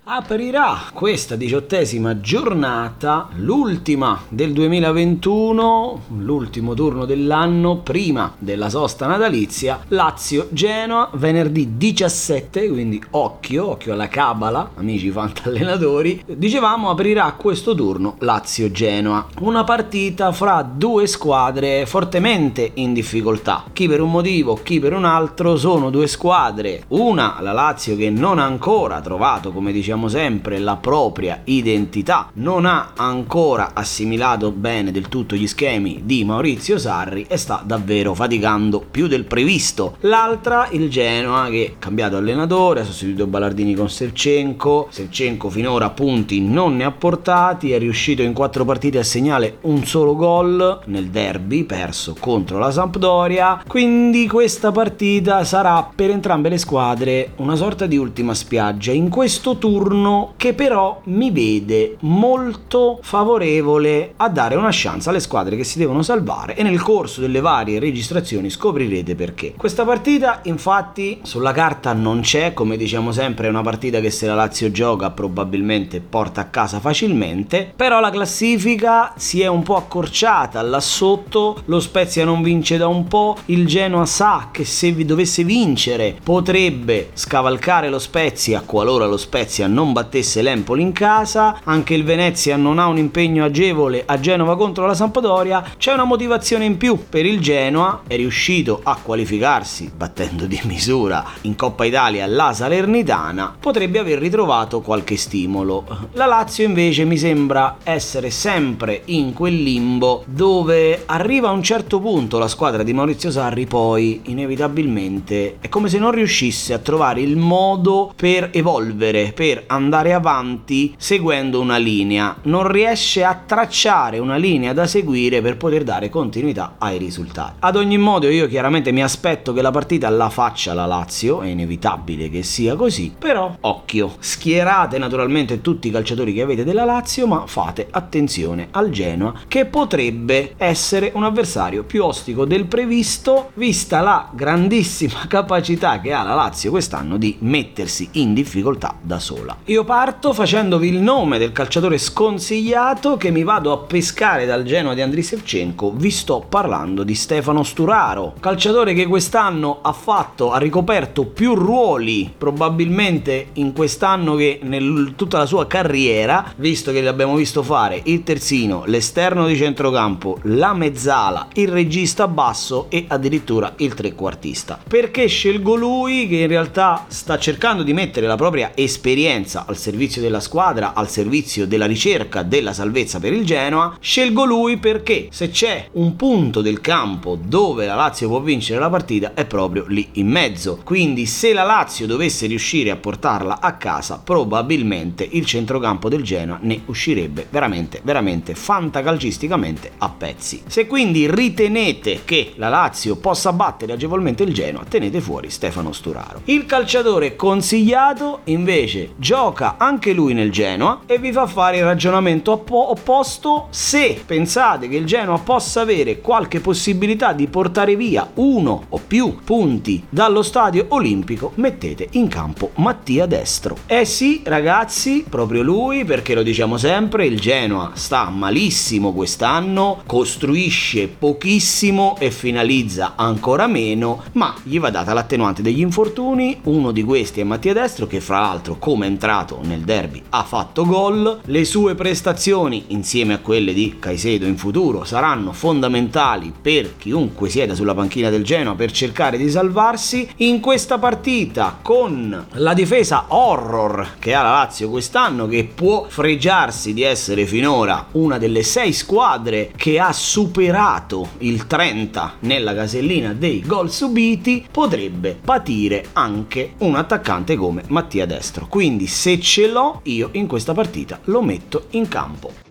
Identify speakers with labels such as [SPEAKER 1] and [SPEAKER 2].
[SPEAKER 1] Aprirà questa 18ª giornata, l'ultima del 2021, l'ultimo turno dell'anno, prima della sosta natalizia, Lazio-Genoa, venerdì 17, quindi occhio alla cabala, amici fantallenatori. Dicevamo, aprirà questo turno Lazio-Genoa, una partita fra due squadre fortemente in difficoltà, chi per un motivo, chi per un altro. Sono due squadre, una la Lazio che non ha ancora trovato, come diciamo sempre, la propria identità, non ha ancora assimilato bene del tutto gli schemi di Maurizio Sarri e sta davvero faticando più del previsto. L'altra, il Genoa, che ha cambiato allenatore, ha sostituito Ballardini con Ševčenko finora punti non ne ha portati, è riuscito in 4 partite a segnare un solo gol nel derby perso contro la Sampdoria, quindi questa partita sarà per entrambe le squadre una sorta di ultima spiaggia in questo turno, che però mi vede molto favorevole a dare una chance alle squadre che si devono salvare, e nel corso delle varie registrazioni scoprirete perché. Questa partita infatti sulla carta non c'è, come diciamo sempre è una partita che se la Lazio gioca probabilmente porta a casa facilmente, però la classifica si è un po' accorciata là sotto, lo Spezia non vince da un po', il Genoa sa che se dovesse vincere potrebbe scavalcare lo Spezia qualora lo Spezia non battesse l'Empoli in casa, anche il Venezia non ha un impegno agevole a Genova contro la Sampdoria. C'è una motivazione in più per il Genoa, è riuscito a qualificarsi battendo di misura in Coppa Italia la Salernitana, potrebbe aver ritrovato qualche stimolo. La Lazio invece mi sembra essere sempre in quel limbo dove arriva a un certo punto la squadra di Maurizio Sarri, poi inevitabilmente è come se non riuscisse a trovare il modo per evolvere, per andare avanti seguendo una linea, non riesce a tracciare una linea da seguire per poter dare continuità ai risultati. Ad ogni modo io chiaramente mi aspetto che la partita la faccia la Lazio, è inevitabile che sia così, però occhio, schierate naturalmente tutti i calciatori che avete della Lazio, ma fate attenzione al Genoa che potrebbe essere un avversario più ostico del previsto, vista la grandissima capacità che ha la Lazio quest'anno di mettersi in difficoltà da sola. Io parto facendovi il nome del calciatore sconsigliato che mi vado a pescare dal Genoa di Andriy Ševčenko. Vi sto parlando di Stefano Sturaro, calciatore che quest'anno ha ricoperto più ruoli probabilmente in quest'anno che tutta la sua carriera, visto che l'abbiamo visto fare il terzino, l'esterno di centrocampo, la mezzala, il regista basso e addirittura il trequartista. Perché scelgo lui, che in realtà sta cercando di mettere la propria esperienza al servizio della squadra, al servizio della ricerca della salvezza per il Genoa? Scelgo lui perché se c'è un punto del campo dove la Lazio può vincere la partita è proprio lì in mezzo, quindi se la Lazio dovesse riuscire a portarla a casa probabilmente il centrocampo del Genoa ne uscirebbe veramente fantacalcisticamente a pezzi. Se quindi ritenete che la Lazio possa battere agevolmente il Genoa, tenete fuori Stefano Sturaro. Il calciatore consigliato invece gioca anche lui nel Genoa e vi fa fare il ragionamento opposto. Se pensate che il Genoa possa avere qualche possibilità di portare via uno o più punti dallo stadio olimpico, mettete in campo Mattia Destro. Sì ragazzi, proprio lui, perché lo diciamo sempre, il Genoa sta malissimo quest'anno, costruisce pochissimo e finalizza ancora meno, ma gli va data l'attenuante degli infortuni. Uno di questi è Mattia Destro, che fra l'altro, come è entrato nel derby, ha fatto gol. Le sue prestazioni insieme a quelle di Caicedo in futuro saranno fondamentali per chiunque sieda sulla panchina del Genoa per cercare di salvarsi. In questa partita, con la difesa horror che ha la Lazio quest'anno, che può fregiarsi di essere finora una delle 6 squadre che ha superato il 30 nella casellina dei gol subiti, potrebbe patire anche un attaccante come Mattia Destro. Quindi se ce l'ho io in questa partita lo metto in campo.